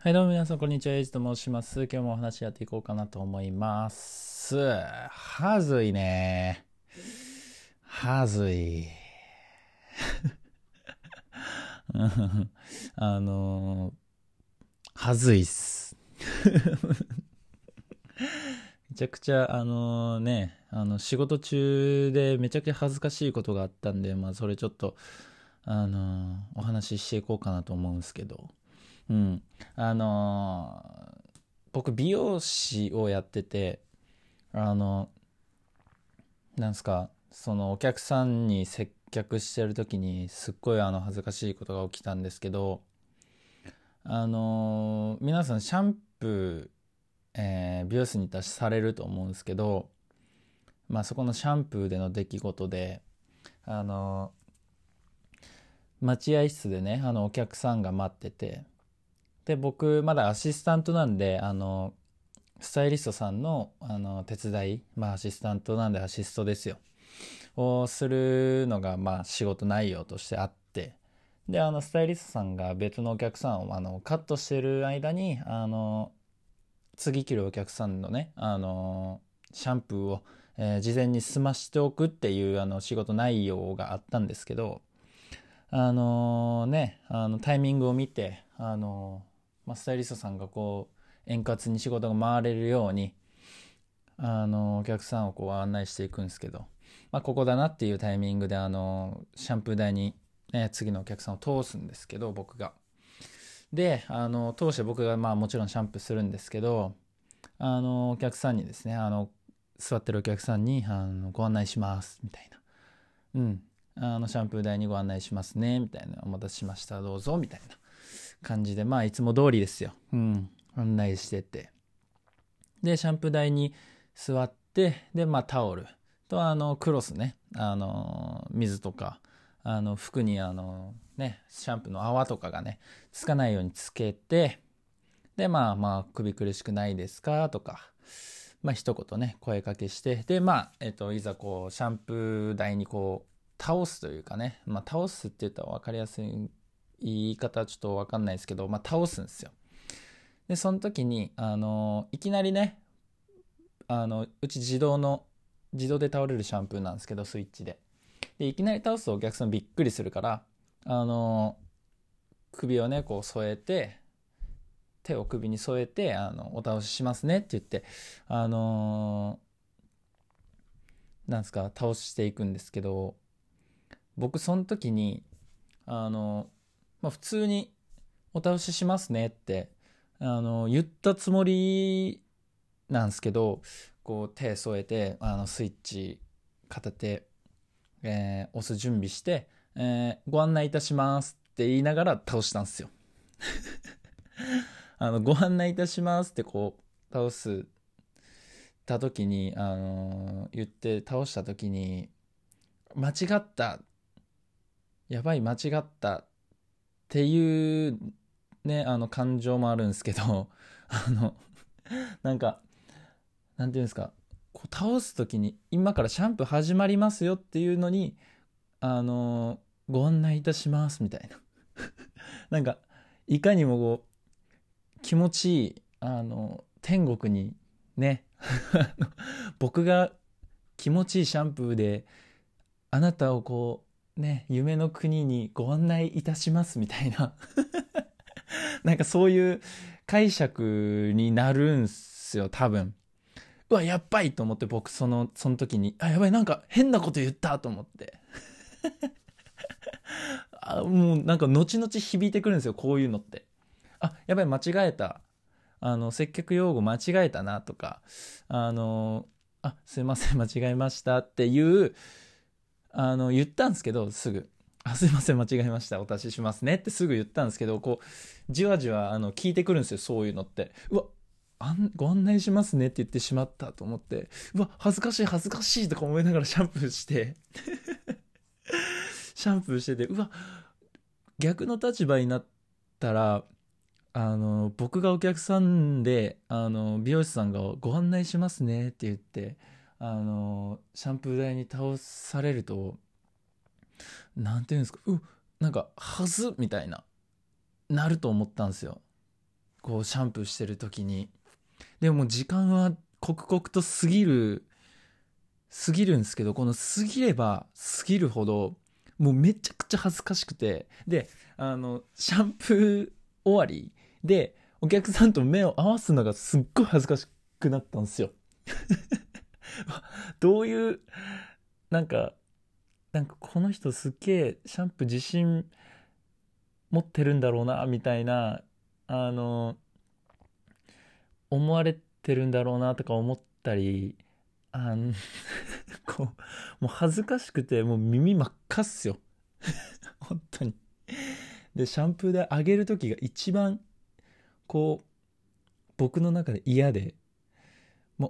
はい、どうも皆さん、こんにちは。エイジと申します。今日もお話しやっていこうかなと思います。はずいね。はずい。あのはずいっす。めちゃくちゃ、仕事中でめちゃくちゃ恥ずかしいことがあったんで、それちょっと、お話ししていこうかなと思うんですけど。うん。あのー僕、美容師をやってて、あのなんすか、そのお客さんに接客してる時にすっごい恥ずかしいことが起きたんですけど、皆さんシャンプー、美容室に行ったらされると思うんですけど、そこのシャンプーでの出来事で、あの待合室でね、お客さんが待ってて、で、僕まだアシスタントなんで、スタイリストさんの、手伝い、アシスタントなんでアシストですよ。をするのが仕事内容としてあって、でスタイリストさんが別のお客さんをカットしてる間に次来るお客さんのねシャンプーを、事前に済ましておくっていう仕事内容があったんですけど、タイミングを見てスタイリストさんがこう円滑に仕事が回れるようにお客さんをこう案内していくんですけど、ここだなっていうタイミングでシャンプー台に、次のお客さんを通すんですけど、僕が。で通して僕がもちろんシャンプーするんですけど、お客さんにですね、座ってるお客さんにご案内しますみたいな、うんシャンプー台にご案内しますねみたいな、お待たせしましたどうぞみたいな感じで、いつも通りですよ、案内してて、でシャンプー台に座って、でタオルとクロスね、水とか服にシャンプーの泡とかがねつかないようにつけて、で首苦しくないですかとか一言ね声かけして、でいざこうシャンプー台にこう倒すというかね、倒すって言ったら分かりやすい言い方はちょっと分かんないですけど、倒すんですよ。でその時にいきなりね、うち自動で倒れるシャンプーなんですけど、スイッチでいきなり倒すとお客さんびっくりするから、首をねこう添えて、手を首に添えてお倒ししますねって言って、なんですか、倒していくんですけど、僕その時に普通にお倒ししますねって言ったつもりなんですけど、こう手添えてスイッチ片手、押す準備して、ご案内いたしますって言いながら倒したんですよ。ご案内いたしますってこうた時に、言って倒した時に、間違った、やばい間違ったっていうね感情もあるんですけど、あのなんかなんていうんですか、こう倒す時に今からシャンプー始まりますよっていうのにご案内いたしますみたいな、なんかいかにもこう気持ちいい天国にね僕が気持ちいいシャンプーであなたをこうね夢の国にご案内いたしますみたいななんかそういう解釈になるんすよ多分。うわやっばいと思って、僕その時にやばい、なんか変なこと言ったと思って、もうなんか後々響いてくるんですよ、こういうのって。やばい間違えた、接客用語間違えたなとか、すいません間違えましたっていう言ったんですけど、すぐすいません間違えましたお足ししますねってすぐ言ったんですけど、こうじわじわ聞いてくるんですよ、そういうのって。うわご案内しますねって言ってしまったと思って、うわ恥ずかしい恥ずかしいとか思いながらシャンプーしてシャンプーしてて、うわ逆の立場になったら僕がお客さんで美容師さんがご案内しますねって言ってシャンプー台に倒されると、なんていうんですか、なんかはずみたいななると思ったんですよ。 こうシャンプーしてる時に。でも時間は刻々と過ぎるんですけど、この過ぎれば過ぎるほどもうめちゃくちゃ恥ずかしくて、でシャンプー終わりでお客さんと目を合わすのがすっごい恥ずかしくなったんですよ。どういうなんかこの人すっげえシャンプー自信持ってるんだろうなみたいな思われてるんだろうなとか思ったり、あのこうもう恥ずかしくてもう耳真っ赤っすよ。本当に。でシャンプーで上げる時が一番こう僕の中で嫌で、もう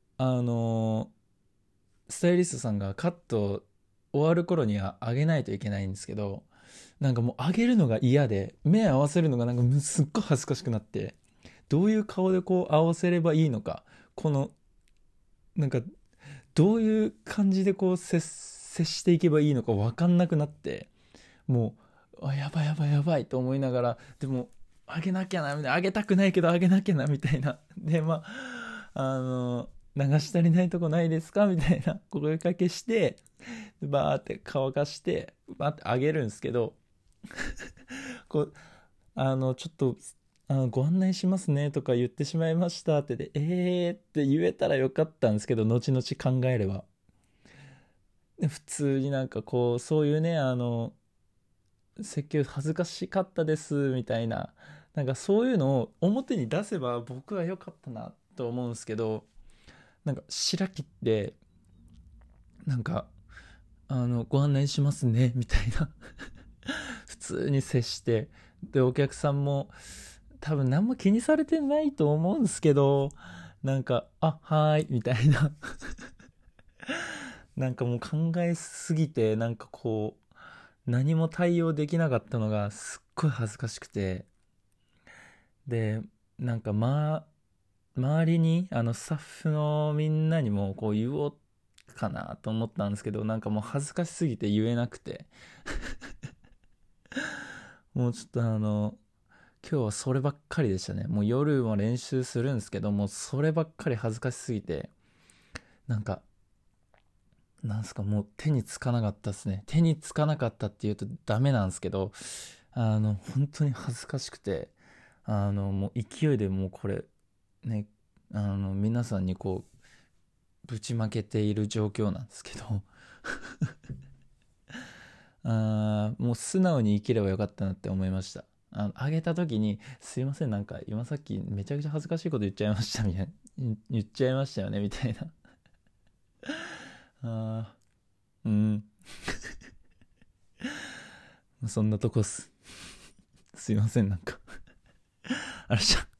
スタイリストさんがカット終わる頃には上げないといけないんですけど、なんかもう上げるのが嫌で目合わせるのがなんかすっごい恥ずかしくなって、どういう顔でこう合わせればいいのか、このなんかどういう感じでこう接していけばいいのか分かんなくなって、もうやばいやばいやばいと思いながら、でも上げなきゃなみたいな、上げたくないけど上げなきゃなみたいな、で流し足りないとこないですかみたいな声かけして、バーって乾かしてバーって上げるんですけど、こうちょっとご案内しますねとか言ってしまいましたってで、って言えたらよかったんですけど、後々考えれば普通になんかこうそういうね、設計恥ずかしかったですみたいな、なんかそういうのを表に出せば僕は良かったなと思うんですけど、なんか白切ってなんかご案内しますねみたいな普通に接して、でお客さんも多分何も気にされてないと思うんですけど、なんかはーいみたいななんかもう考えすぎて、なんかこう何も対応できなかったのがすっごい恥ずかしくて、でなんか周りにスタッフのみんなにもこう言おうかなと思ったんですけど、なんかもう恥ずかしすぎて言えなくてもうちょっと今日はそればっかりでしたね。もう夜も練習するんですけども、そればっかり恥ずかしすぎて、なんかなんすか、もう手につかなかったですね。手につかなかったって言うとダメなんですけど、本当に恥ずかしくて、もう勢いでもうこれね、皆さんにこうぶちまけている状況なんですけどもう素直に生きればよかったなって思いました。あげた時にすいません、なんか今さっきめちゃくちゃ恥ずかしいこと言っちゃいましたみたいな、言っちゃいましたよねみたいなうん。そんなとこっす。すいません、なんかあれじゃ。